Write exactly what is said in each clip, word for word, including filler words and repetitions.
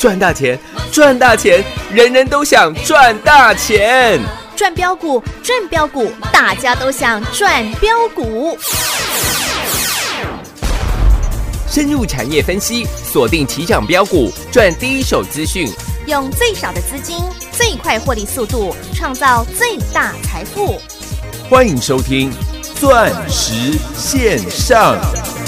赚大钱，赚大钱，人人都想赚大钱。 赚标股，赚标股，大家都想赚标股。 深入产业分析，锁定起涨标股，赚第一手资讯， 用最少的资金，最快获利速度，创造最大财富。 欢迎收听钻石线上。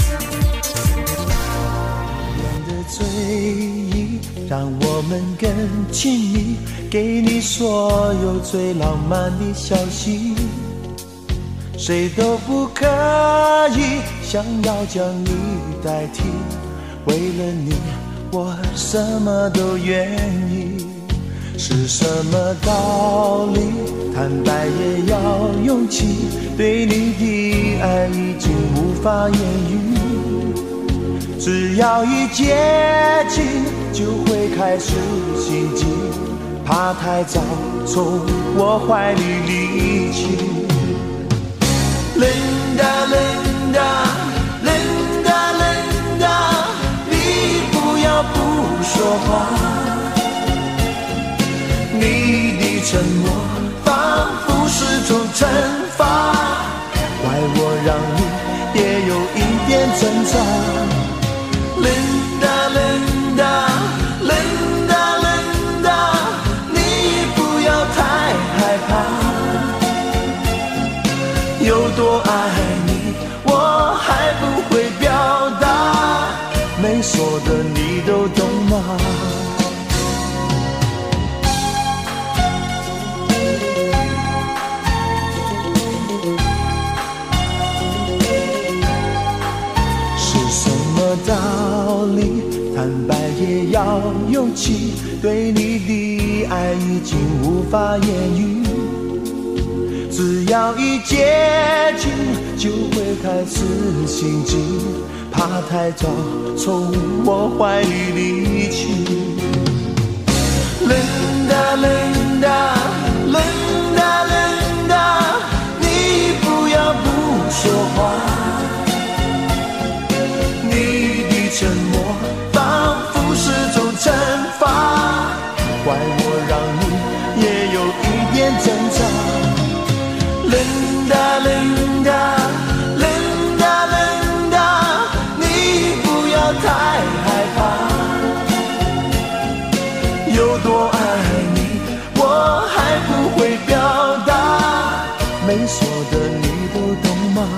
追忆让我们更亲密，给你所有最浪漫的消息，谁都不可以想要将你代替，为了你我什么都愿意。是什么道理？坦白也要勇气，对你的爱已经无法言语，只要一接近就会开始心悸，怕太早从我怀里离去。Linda Linda Linda Linda， 你不要不说话，你的沉默仿佛是种惩罚，怪我让你也有一点挣扎。Linda Linda Linda Linda， 你不要太害怕，有多爱你我还不会表达，没说的你都懂吗？道理坦白也要勇气，对你的爱已经无法言语，只要一接近就会开始心悸，怕太早从我怀里离去。Linda Linda Linda Linda， 你不要不说话，沉默仿佛是种惩罚，怪我让你也有一点挣扎。Linda Linda Linda Linda， 你不要太害怕，有多爱你我还不会表达，没说的你都懂吗？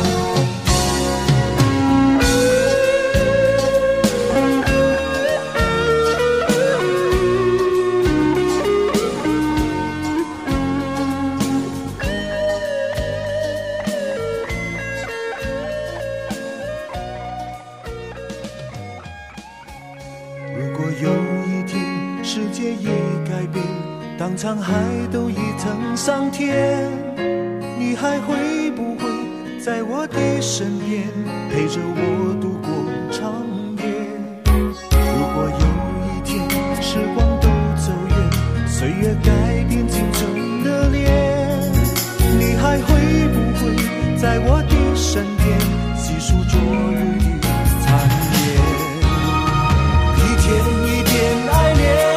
当沧海都已腾上天，你还会不会在我的身边陪着我度过长夜？如果有一天时光都走远，岁月改变青春的脸，你还会不会在我的身边细数昨日的残念？一天一点爱恋，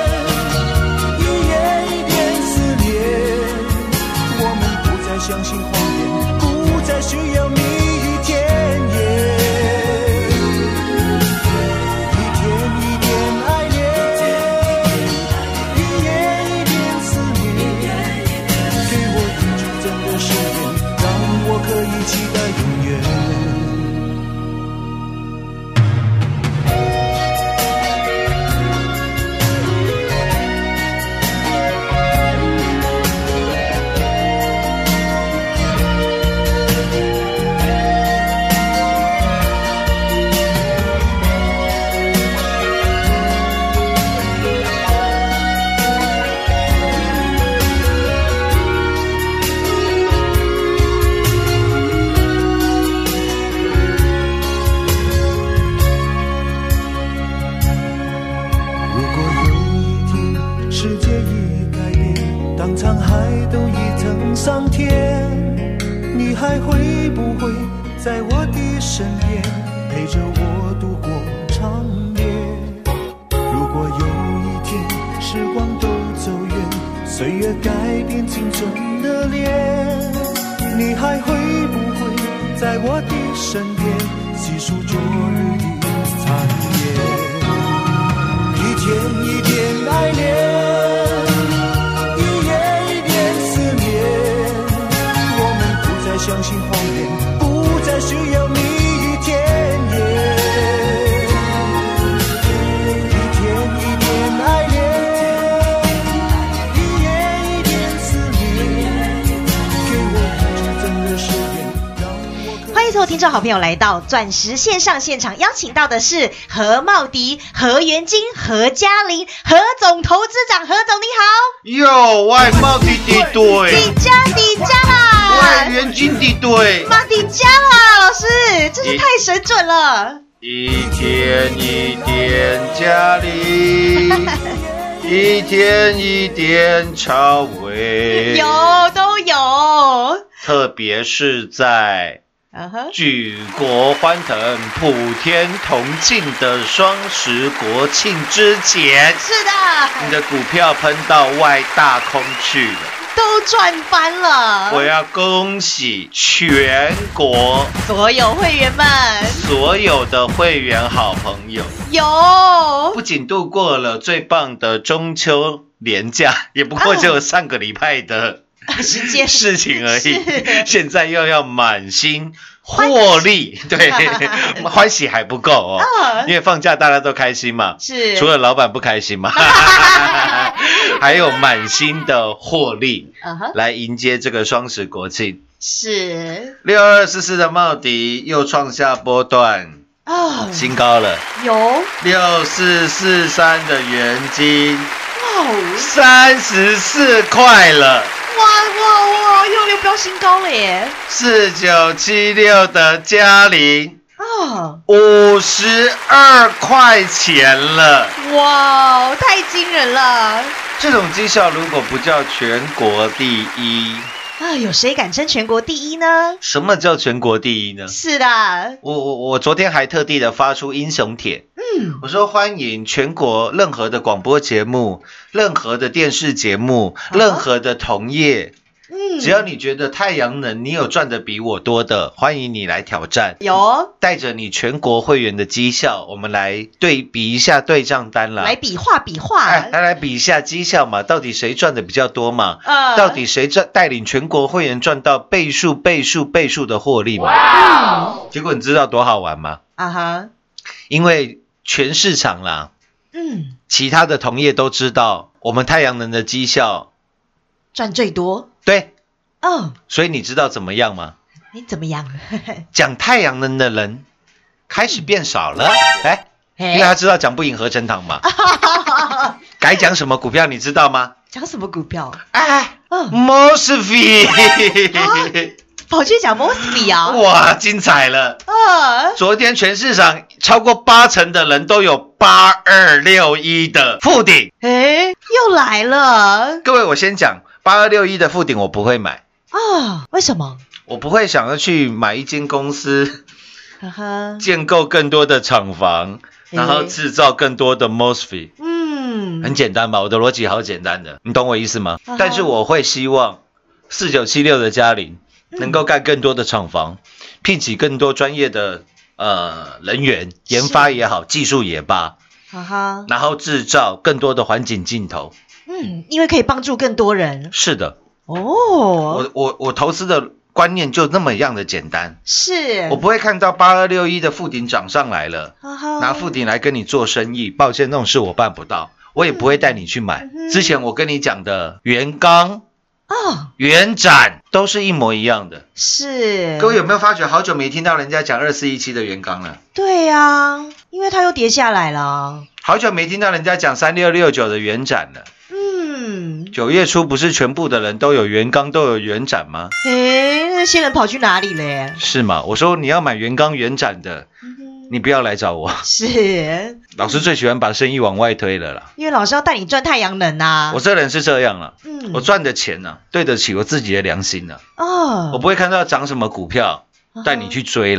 相信谎言，不再需要蜜语甜言，一天一点爱恋，一夜一点思念，给我一句真的誓言，让我可以期待永远。上天，你还会不会在我的身边陪着我度过长夜？如果有岁月改变青春的脸，你还会不会在我的身边细数昨日的残烟？一天一点爱恋，一夜一点思念，我们不再相信谎言，不再需要蜜语甜言。一天一点爱恋，一夜一点思念，给我真正的誓言，让我可以。 欢迎所有听众好朋友来到钻石线上现场，邀请到的是何茂迪、何元金、何嘉玲、何总投资长。何总你好。 哟，外茂迪的队， 底加底加啦， 外元金的队， 马底加啦，老师，真是太神准了。 一天一点嘉玲，一天一点超微， 有都有， 特别是在嗯哼， 举国欢腾、普天同庆的双十国庆之前， 是的， 你的股票喷到外大空去了， 都赚翻了。 我要恭喜全国所有会员们， 所有的会员好朋友， 有不仅度过了最棒的中秋连假，也不过只有上个礼拜的时间事情而已， 是现在又要满心获利，对，欢喜还不够哦， 哦因为放假大家都开心嘛， 是除了老板不开心嘛，还有满心的获利， 嗯哼， 来迎接这个双十国庆。 是六二四四的茂迪又创下波段哦， 新高了， 有六四四三的元金哇三十四块了， 哇哇哇，又又飙新高了耶！ 四九七六的嘉玲哦， 五十二块钱了。 哇，太惊人了！ 这种绩效如果不叫全国第一， 啊，有谁敢称全国第一呢？ 什么叫全国第一呢？ 是的， 我我我昨天还特地的发出英雄帖， 嗯， 我说欢迎全国任何的广播节目、任何的电视节目、 啊任何的同业， 嗯， 只要你觉得太阳能你有赚的比我多的，欢迎你来挑战。 有带着你全国会员的绩效，我们来对比一下对账单啦。 来比划比划， 哎，来来比一下绩效嘛，到底谁赚的比较多嘛？ 呃到底谁赚带领全国会员赚到倍数倍数倍数的获利嘛？ 哇结果你知道多好玩吗？ 啊哈， 因为全市场啦， 嗯， 其他的同业都知道我们太阳能的绩效， 赚最多， 对， 哦， 所以你知道怎么样吗？ 你怎么样？ 讲太阳能的人开始变少了，哎，因为哎， 他知道讲不赢合成堂嘛。该讲什么股票你知道吗？ 讲什么股票？ 哎嗯， ，Mosfet， 跑去讲 Mosby 啊？ 哇，精彩了！ 呃， 昨天全市场超过八成的人都有八二六一的附顶。 哎，又来了各位，我先讲八二六一的附顶，我不会买， 啊？为什么？ 我不会想要去买一间公司， 呵呵， 建构更多的厂房，然后制造更多的 Mosfet。 嗯， 很简单吧，我的逻辑好简单的，你懂我意思吗？ 啊哈但是我会希望四九七六的嘉玲能够盖更多的厂房，聘请更多专业的呃人员，研发也好，技术也罢， 哈哈， 然后制造更多的环境镜头。 嗯，因为可以帮助更多人是的， 哦。 我我我投资的观念就那么样的简单， 是， 我不会看到八二六一的附顶涨上来了， 哈哈拿附顶来跟你做生意，抱歉，那种事我办不到，我也不会带你去买。 嗯之前我跟你讲的元刚、 哦， 元展都是一模一样的。 是， 各位有没有发觉，好久没听到人家讲二四一七的元刚了？ 对呀、因为它又跌下来了。 好久没听到人家讲三六六九的元展了。 嗯， 九月初不是全部的人都有元刚都有元展吗？ 诶，那些人跑去哪里了耶？ 是吗？我说你要买元刚元展的，你不要来找我。 是， 老师最喜欢把生意往外推了啦。 因为老师要带你赚太阳能啊。 我这人是这样了， 嗯我赚的钱呢、对得起我自己的良心呢、 哦， 我不会看到涨什么股票带你去追啦。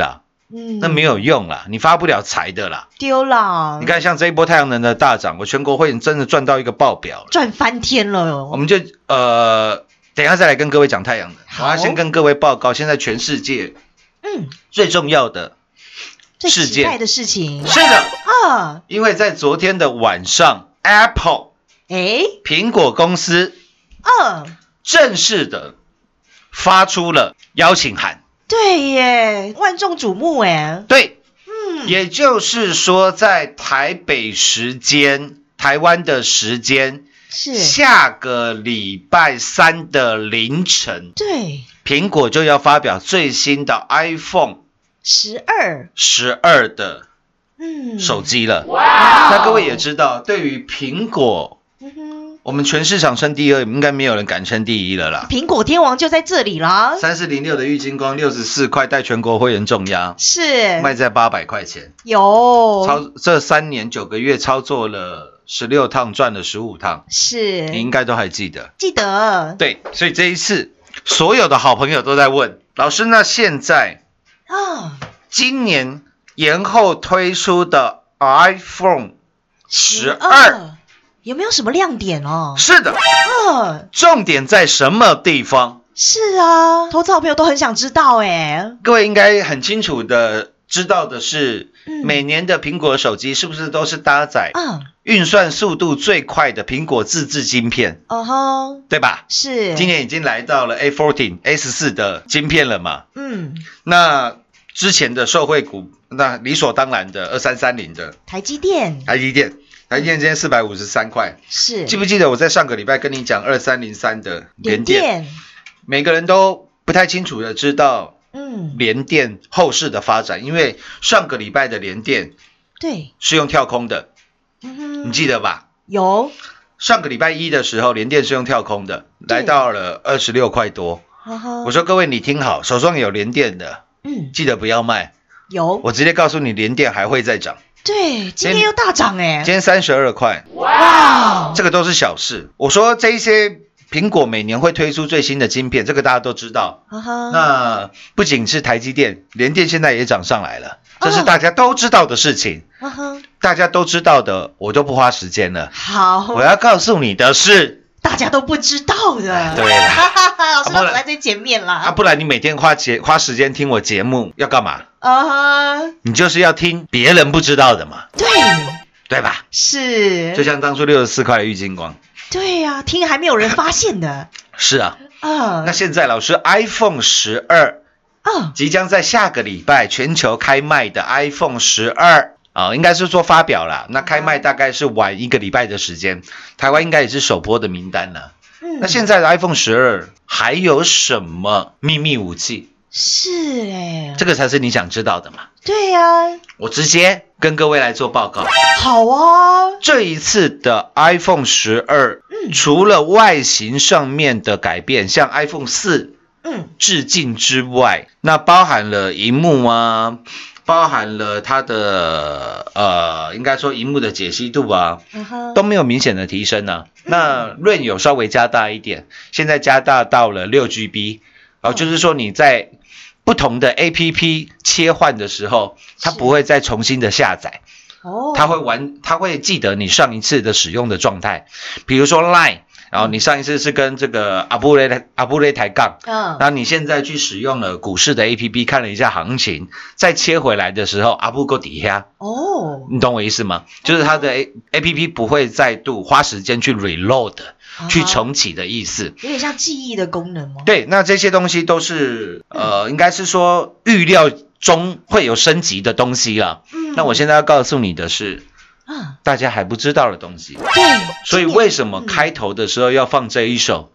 嗯， 那没有用啦，你发不了财的啦。 丢了。 你看，像这一波太阳能的大涨，我全国会员真的赚到一个爆表了， 赚翻天了。 我们就呃，等一下再来跟各位讲太阳能。我要先跟各位报告，现在全世界嗯最重要的事件最期待的事情是的啊， 因为在昨天的晚上 ，Apple 哎， 苹果公司嗯， 正式的发出了邀请函。 对耶，万众瞩目哎。 对， 嗯， 也就是说，在台北时间、台湾的时间， 是下个礼拜三的凌晨， 对， 苹果就要发表最新的 iPhone 十二， 十二的嗯， 手机了。那各位也知道，对于苹果， 嗯哼， 我们全市场称第二，应该没有人敢称第一了啦。 苹果天王就在这里啦。 三四零六的玉金光六十四块，带全国会员重压， 是卖在八百块钱。 有操这三年九个月操作了十六趟，赚了十五趟， 是， 你应该都还记得。 记得对，所以这一次所有的好朋友都在问老师，那现在啊， 今年延后推出的 iPhone 十二有没有什么亮点哦？ 是的， 啊， 重点在什么地方？ 是啊，投资好朋友都很想知道哎。 各位应该很清楚的知道的是， 嗯每年的苹果手机是不是都是搭载啊， 运算速度最快的苹果自制晶片， 哦吼， 对吧？ 是， 今年已经来到了 A 十四 A 十四的晶片了嘛？ 嗯， 那之前的受惠股，那理所当然的二三三零的台积电台积电，台积电今天四百五十三块， 是， 记不记得我在上个礼拜跟你讲二三零三的联电？ 电， 每个人都不太清楚的知道嗯， 联电后市的发展，因为上个礼拜的联电对， 是用跳空的， 嗯哼， 你记得吧？ 有， 上个礼拜一的时候，联电是用跳空的， 对来到了二十六块多。 哈哈， 我说各位你听好，手上有联电的， 嗯， 记得不要卖。 有， 我直接告诉你，联电还会再涨， 对，今天又大涨哎今，天三十二块， 哇， 这个都是小事。我说这一些苹果每年会推出最新的晶片，这个大家都知道。 哈哈， 那不仅是台积电，联电现在也涨上来了，这是哦大家都知道的事情。 哈哈， 大家都知道的，我就不花时间了。 好， 我要告诉你的是， 大家都不知道的， 对啦哈哈哈，老师啊不然都走在最前面啊， 啦， 不然你每天花节花时间听我节目要干嘛？ 啊哈， 你就是要听别人不知道的嘛， 对， 对吧？ 是， 就像当初六十四块的玉金光， 对呀，听还没有人发现的， 是啊。 啊， 那现在老师 iPhone 十二啊， 即将在下个礼拜全球开卖的 iPhone 十二啊，应该是说发表啦，那开卖大概是晚一个礼拜的时间，台湾应该也是首播的名单了。 嗯那现在的 iPhone 十二还有什么秘密武器？ 是哎， 这个才是你想知道的嘛。 对呀， 我直接跟各位来做报告。 好啊， 这一次的 iPhone 十二， 嗯除了外形上面的改变，向 iPhone 四嗯， 致敬之外，那包含了萤幕啊，包含了它的呃，应该说萤幕的解析度啊， 嗯哼， 都没有明显的提升啊。那 RAM 有稍微加大一点，现在加大到了 六 G B， 哦，就是说你在不同的 A P P 切换的时候，它不会再重新的下载。 哦， 它会玩，它会记得你上一次的使用的状态，比如说 Line， 然后你上一次是跟这个阿布雷阿布雷抬杠， 嗯， 然后你现在去使用了股市的 A P P 看了一下行情，再切回来的时候，阿布够底下， 哦， 你懂我意思吗？就是它的 A A P P 不会再度花时间去 reload， 去重启的意思。 有点像记忆的功能吗？ 对，那这些东西都是呃，应该是说预料中会有升级的东西啦。 嗯， 那我现在要告诉你的是， 啊， 大家还不知道的东西。 对， 所以今年为什么开头的时候要放这一首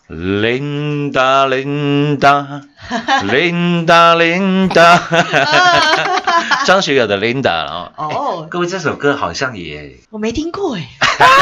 Linda Linda Linda Linda 张学友的 Linda 啊？ 哦， 各位这首歌好像也我没听过哎，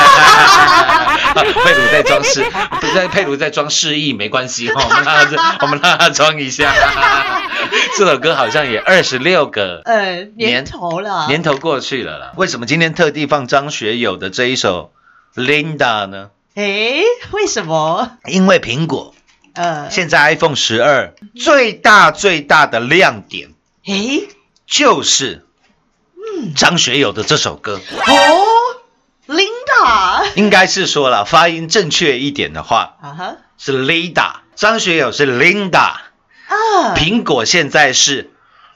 佩鲁在装饰，不是佩鲁在装示意，没关系，我们让他我们让他装一下。这首歌好像也二十六个呃，年头了， 年头过去了啦。为什么今天特地放张学友的这一首 Linda 呢？ 哎，为什么？ 因为苹果呃， 现在 iPhone 十二最大最大的亮点， 哎， 就是张学友的这首歌。 哦，Linda， 应该是说了，发音正确一点的话， 啊哈， 是 Lida， 张学友是 Linda， 啊， 苹果现在是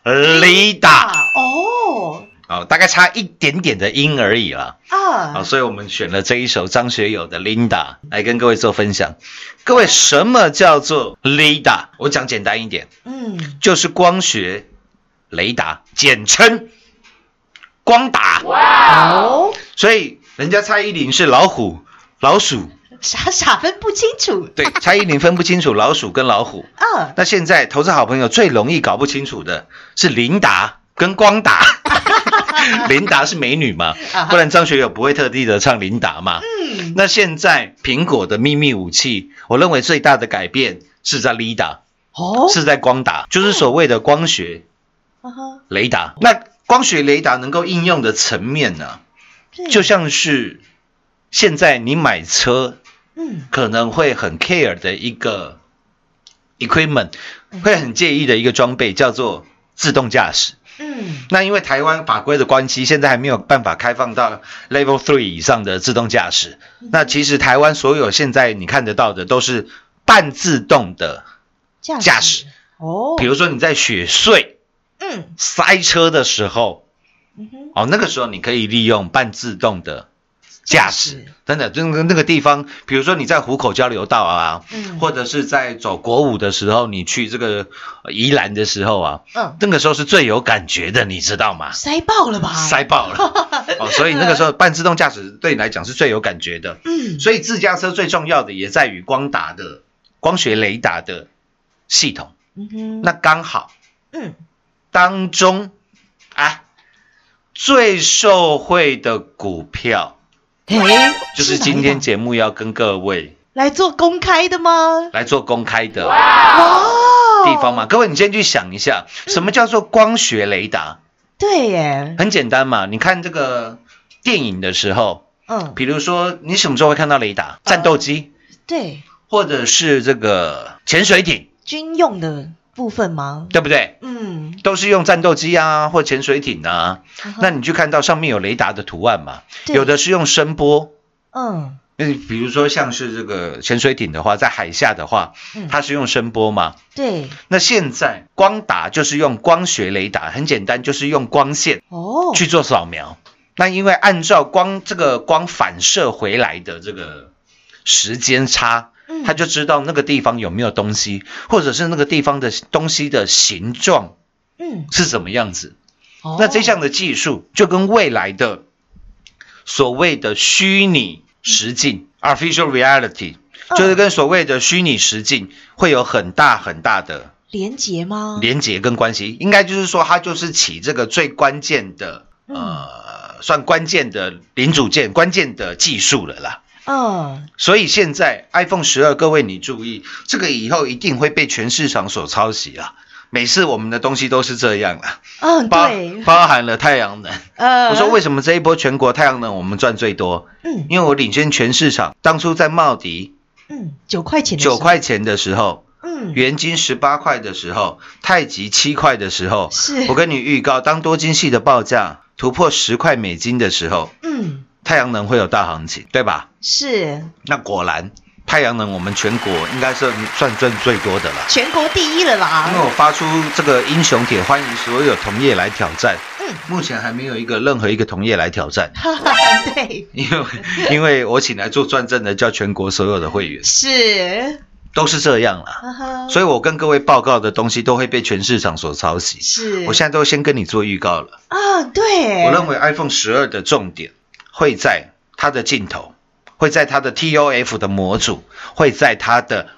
Lida， 哦， 哦，大概差一点点的音而已啦。 啊， 好，所以我们选了这一首张学友的 Linda 来跟各位做分享。各位，什么叫做 Lida？ 我讲简单一点， 嗯， 就是光学雷达，简称光达。 哦， 所以人家蔡依林是老虎、老鼠， 傻傻分不清楚， 对，蔡依林分不清楚老鼠跟老虎。 啊， 那现在投资好朋友最容易搞不清楚的是琳达跟光达。琳达是美女嘛，不然张学友不会特地的唱琳达嘛。嗯，那现在苹果的秘密武器，我认为最大的改变是在 Lida， 哦， 是在光达，就是所谓的光学雷达。那光学雷达能够应用的层面呢，就像是现在你买车，嗯，可能会很 care 的一个 equipment， 会很介意的一个装备，叫做自动驾驶。嗯，那因为台湾法规的关系，现在还没有办法开放到 Level 三以上的自动驾驶。嗯、那其实台湾所有现在你看得到的都是半自动的驾驶。哦，比如说你在雪隧，嗯，塞车的时候，嗯哼，哦，那个时候你可以利用半自动的驾驶，真的，那个那个地方，比如说你在湖口交流道啊，嗯，或者是在走国五的时候，你去这个宜兰的时候啊，嗯，那个时候是最有感觉的，你知道吗？ 塞爆了吧？ 塞爆了，哦，所以那个时候半自动驾驶对你来讲是最有感觉的，嗯，所以自驾车最重要的也在于光达的光学雷达的系统，嗯哼，那刚好，嗯，当中啊最受惠的股票。就是今天节目要跟各位来做公开的吗？ 来做公开的地方嘛。各位，你先去想一下，什么叫做光学雷达？ 对耶， 很简单嘛。你看这个电影的时候，嗯，比如说你什么时候会看到雷达？战斗机， 对， 或者是这个潜水艇， 军用的部分吗？ 对不对？嗯，都是用战斗机啊或潜水艇啊。Uh-huh. 那你去看到上面有雷达的图案嘛？有的是用声波，嗯，比如说像是这个潜水艇的话，在海下的话，嗯、它是用声波嘛？ 对。 那现在光达就是用光学雷达，很简单，就是用光线哦去做扫描。那因为按照光这个光反射回来的这个时间差。他就知道那个地方有没有东西，或者是那个地方的东西的形状，嗯，是什么样子。哦、那这项的技术就跟未来的所谓的虚拟实境 （artificial reality）、嗯、就是跟所谓的虚拟实境会有很大很大的连结吗？ 连结跟关系，应该就是说它就是起这个最关键的，嗯、呃，算关键的零组件、关键的技术了啦。嗯，所以现在 iPhone 十二，各位你注意，这个以后一定会被全市场所抄袭啊！每次我们的东西都是这样啊， 嗯，对， 包含了太阳能。呃，我说为什么这一波全国太阳能我们赚最多？嗯，因为我领先全市场。当初在茂迪， 嗯，九块钱， 九块钱的时候，嗯，元金十八块的时候，太极七块的时候，是我跟你预告，当多晶系的报价突破十块美金的时候，嗯。太阳能会有大行情，对吧？ 是。那果然，太阳能我们全国应该是算赚最多的了， 全国第一了啦。 因为我发出这个英雄帖，欢迎所有同业来挑战。嗯，目前还没有一个任何一个同业来挑战。 对， 因为因为我请来做转正的，叫全国所有的会员。 是。 都是这样啦， uh-huh. 所以我跟各位报告的东西都会被全市场所抄袭。是，我现在都先跟你做预告了。 啊，对。 我认为 iPhone 十二的重点会在它的镜头，会在它的 T O F 的模组，会在它的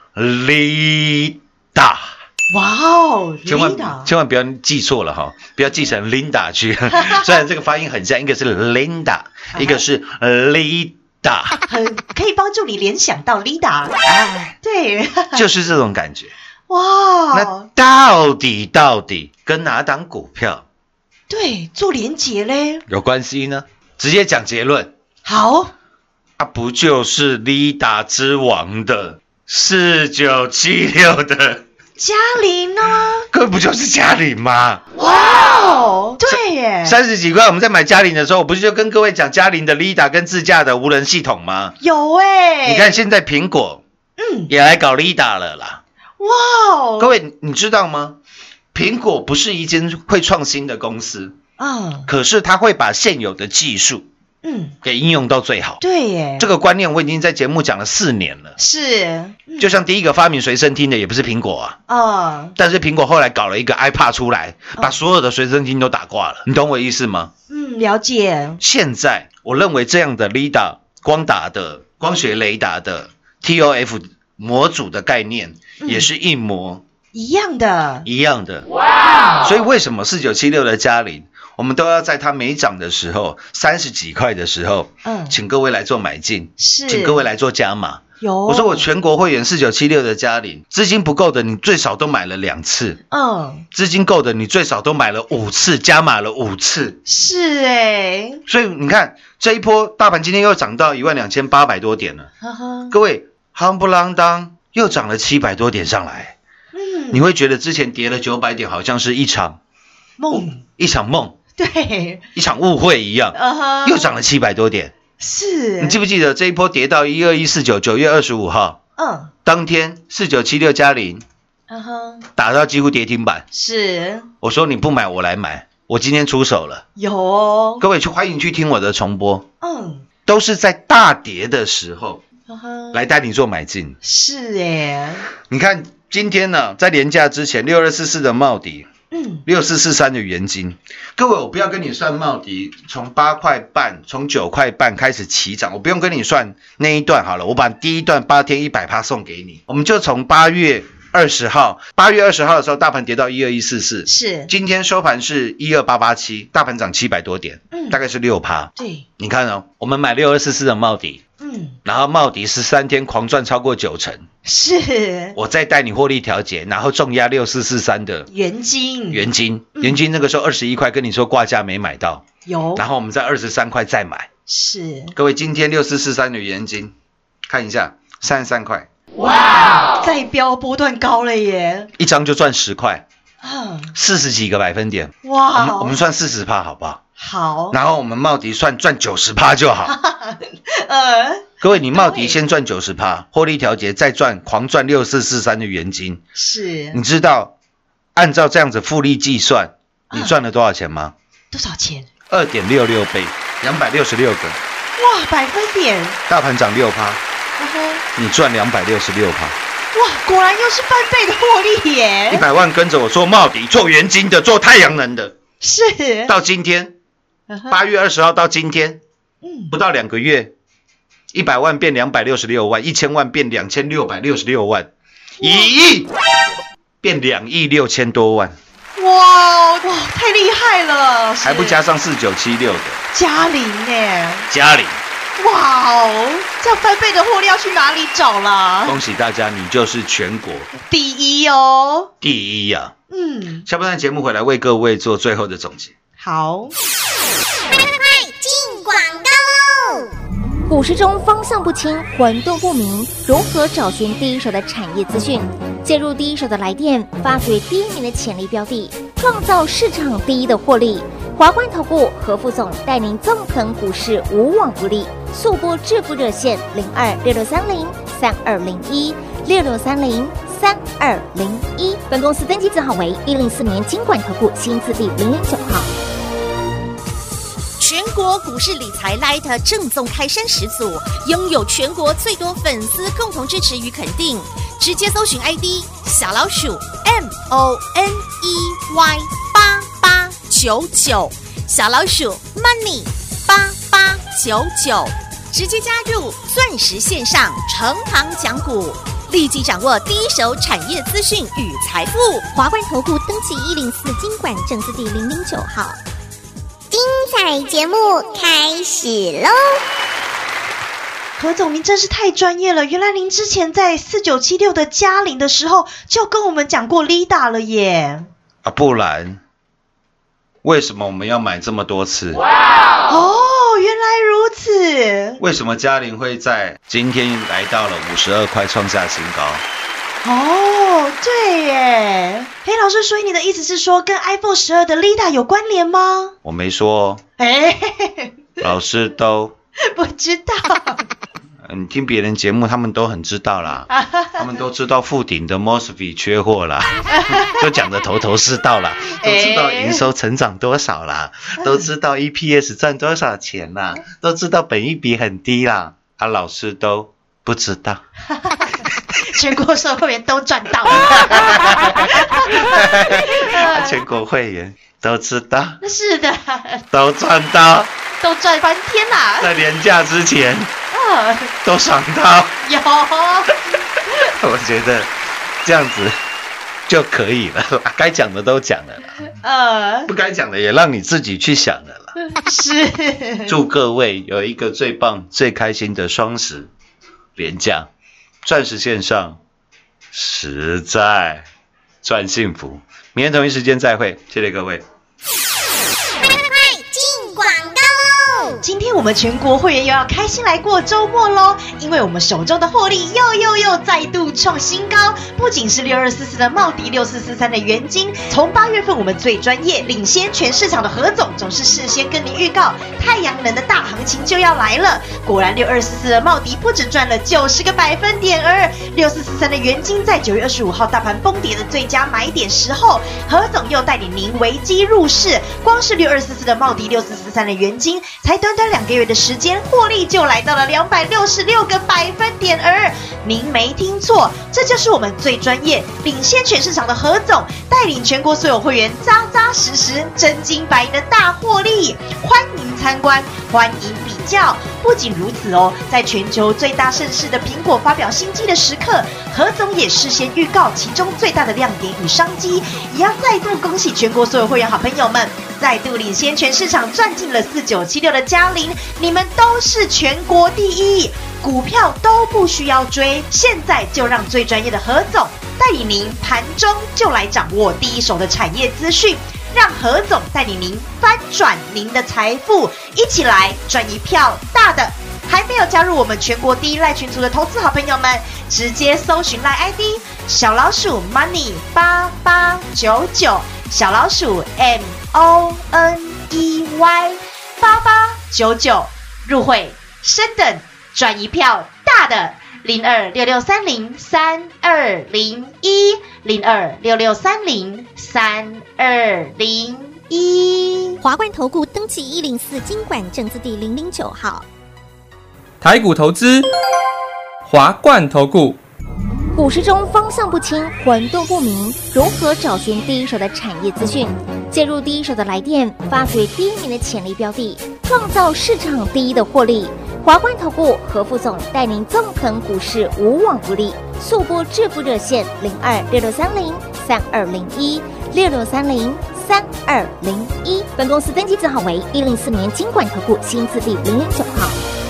Lida。 哇哦， 千万千万不要记错了哈，不要记成 Linda 去。虽然这个发音很像，一个是 Linda， 一个是 Lida。 很可以帮助你联想到 Lida， 哎，对， 就是这种感觉。 哇， 那到底到底跟哪档股票对做连结嘞有关系呢？直接讲结论。 好， 啊，不就是 Lida 之王的四九七六的嘉玲呢？ 各位不就是嘉玲吗？ 哇哦，对耶， 三十几块我们在买嘉玲的时候，我不是就跟各位讲嘉玲的 Lida 跟自驾的无人系统吗？ 有哎， 你看现在苹果嗯， 也来搞 Lida 了啦。 哇哦， 各位你知道吗？苹果不是一间会创新的公司， 嗯可是它会把现有的技术嗯， 给应用到最好。 对耶， 这个观念我已经在节目讲了四年了。 是，嗯就像第一个发明随身听的也不是苹果啊， 哦， 但是苹果后来搞了一个 iPad 出来， 哦把所有的随身听都打挂了。你懂我意思吗？ 嗯，了解， 现在我认为这样的 Lida 光达的光学雷达的 T O F 模组的概念也是一模一样的， 一样的。哇！所以为什么四九七六的嘉玲，我们都要在它没涨的时候，三十几块的时候， 嗯， 请各位来做买进， 是， 请各位来做加码。 有， 我说我全国会员四九七六的嘉玲，资金不够的你最少都买了两次， 嗯， 资金够的你最少都买了五次，加码了五次。 是哎， 所以你看这一波大盘今天又涨到一万两千八百多点了， 呵呵， 各位夯不啷当又涨了七百多点上来， 嗯， 你会觉得之前跌了九百点好像是一场梦， 一场梦， 对， 一场误会一样， 嗯哼， 又涨了七百多点。 是， 你记不记得这一波跌到一二一四九，九月二十五号， 嗯， 当天四九七六嘉玲嗯哼， 打到几乎跌停板， 是， 我说你不买我来买，我今天出手了。 有哦， 各位去欢迎去听我的重播， 嗯， 都是在大跌的时候嗯哼， 来带你做买进。 是哎， 你看今天呢，在连假之前，六二四四的茂迪， 嗯， 六四四三的元金，各位我不要跟你算茂迪从八块半、从九块半开始起涨，我不用跟你算那一段好了，我把第一段八天一百趴送给你，我们就从八月二十号，八月二十号的时候，大盘跌到一二一四四， 是， 今天收盘是一二八八七，大盘涨七百多点， 嗯大概是六趴。 对， 你看哦，我们买六二四四的茂迪， 嗯， 然后茂迪十三天狂赚超过九成， 是， 我再带你获利调节，然后重压六四四三的元金， 元金， 嗯元金那个时候二十一块，跟你说挂价没买到， 有， 然后我们在二十三块再买。 是， 各位，今天六四四三的元金，看一下三十三块， 哇，再飙波段高了耶， 一张就赚十块， 啊， 四十几个百分点，我们哇， 我们算四十趴好不好？ 好， 然后我们茂迪算赚九十趴就好。 呃， 各位，你茂迪先赚九十趴，获利调节再赚，狂赚六四四三的元金， 是你知道按照这样子复利计算，你啊赚了多少钱吗？ 多少钱？ 二点六六倍，两百六十六个， 哇，百分点， 大盘涨六趴， 呵呵， 你赚两百六十六趴， 哇，果然又是翻倍的获利一耶， 百万跟着我做茂迪、做元金的、做太阳能的， 是， 到今天嗯哼八月二十号到今天嗯， 不到两个月，一百万变两百六十六万，一千万变两千六百六十六万，一亿变两亿六千多万， 哇哇，太厉害了， 还不加上四九七六的嘉玲呢？ 嘉玲， 哇哦，这样翻倍的获利要去哪里找啦？ 恭喜大家，你就是全国第一哦， 第一呀、 嗯， 下半段节目回来为各位做最后的总结。 好， 进广告喽！股市中方向不清、混沌不明，如何找寻第一手的产业资讯？介入第一手的来电，发掘第一名的潜力标的，创造市场第一的获利。华冠投顾何副总带领纵横股市，无往不利。速播致富热线零二六六三零三二零一六六三零三二零一。本公司登记字号为一零四年金管投顾新字第零零九号。全国股市理财 Lite 正宗开山始祖，拥有全国最多粉丝共同支持与肯定。直接搜寻 I D 小老鼠 M O N E Y 八八九九，小老鼠 Money 八八九九，直接加入钻石线上成行讲股，立即掌握第一手产业资讯与财富。华冠投顾登记一零四金管证字第零零九号。精彩节目开始喽！ 何总，您真是太专业了。原来您之前在四九七六的嘉玲的时候，就跟我们讲过 Lida 了耶。 啊，不然为什么我们要买这么多次？ 哦，原来如此。 为什么嘉玲会在今天来到了五十二块创下新高？ 哦， 哦，对耶。嘿，老师，所以你的意思是说跟 iPhone 十二的 L I D A 有关联吗？ 我没说哦。 哎， 老师都不知道。 你听别人节目，他们都很知道啦，他们都知道富鼎的 M O S F E T 缺货啦，都讲得头头是道啦，都知道营收成长多少啦，都知道 E P S 赚多少钱啦，都知道本益比很低啦，啊，老师都不知道。 全国所有会员都赚到了， 啊、全国会员都知道， 是的， 都赚到， 都赚翻天啦！ 在年假之前， 啊， 都爽到， 有， 我觉得这样子就可以了，该讲的都讲了啦， 呃， 不该讲的也让你自己去想了啦。 是， 祝各位有一个最棒、最开心的双十连假。钻石线上实在赚幸福，明天同一时间再会，谢谢各位。 进广告喽！ 今天我们全国会员又要开心来过周末喽，因为我们手中的获利又又又再度创新高，不仅是六二四四的茂迪，六四四三的元金，从八月份我们最专业、领先全市场的何总总是事先跟您预告，太阳能的大行情就要来了。果然，六二四四的茂迪不止赚了九十个百分点，而六四四三的元金在九月二十五号大盘崩跌的最佳买点时候，何总又带领您危机入市，光是六二四四的茂迪、六四四三的元金，才短短两个月的时间，获利就来到了两百六十六个百分点。而您没听错，这就是我们最专业、领先全市场的何总，带领全国所有会员扎扎实实、真金白银的大获利。欢迎参观，欢迎比较。不仅如此哦，在全球最大盛事的苹果发表新机的时刻，何总也事先预告其中最大的亮点与商机，也要再度恭喜全国所有会员好朋友们，再度领先全市场赚进了四九七六的嘉麟，你们都是全国第一，股票都不需要追，现在就让最专业的何总带领您盘中就来掌握第一手的产业资讯，让何总带领您翻转您的财富，一起来赚一票大的。还没有加入我们全国第一赖群组的投资好朋友们，直接搜寻赖 I D 小老鼠 money 八八九九，小老鼠 M O N E Y 八八九九，入会升等赚一票大的。零二六六三零三二零一零二六六三零三二零一。 华冠投顾登记一零四金管证字第零零九号。 台股投资，华冠投顾。 股市中方向不清、混沌不明，如何找寻第一手的产业资讯？介入第一手的来电，发掘第一名的潜力标的，创造市场第一的获利。华冠投顾何副总带领纵横股市，无往不利。速播致富热线零二六六三零三二零一六六三零三二零一。本公司登记字号为一零四年金管投顾新字第零零九号。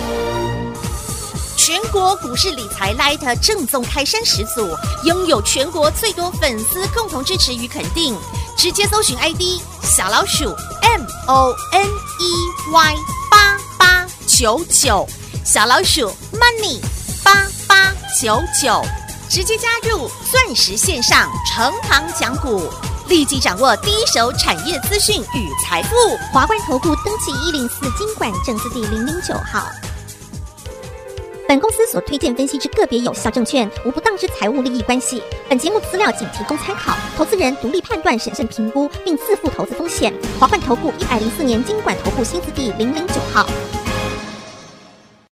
全国股市理财 Lite 正宗开山始祖，拥有全国最多粉丝共同支持与肯定。直接搜寻 I D 小老鼠 M O N E Y 八八九九，小老鼠 Money 八八九九，直接加入钻石线上成行讲股，立即掌握第一手产业资讯与财富。华冠投顾登记一零四金管证字第零零九号。本公司所推荐分析之个别有效证券，无不当之财务利益关系。本节目资料仅提供参考，投资人独立判断、审慎评估，并自负投资风险。华冠投顾一百零四年金管投顾新字第零零九号。